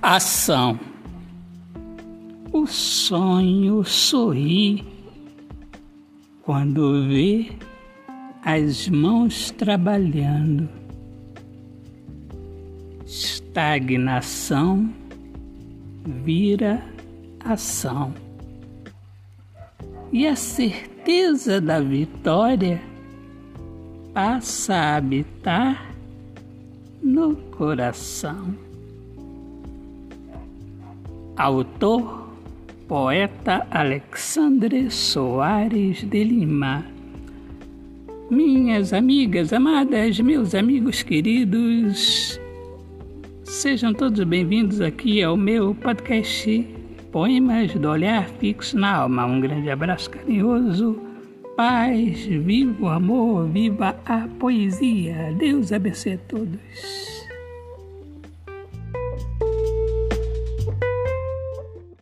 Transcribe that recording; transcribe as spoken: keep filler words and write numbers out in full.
Ação. O sonho sorri quando vê as mãos trabalhando. Estagnação vira ação. E a certeza da vitória passa a habitar no coração. Autor, poeta Alexandre Soares de Lima. Minhas amigas amadas, meus amigos queridos, sejam todos bem-vindos aqui ao meu podcast Poemas do Olhar Fixo na Alma. Um grande abraço carinhoso, paz, viva o amor, viva a poesia. Deus abençoe a todos.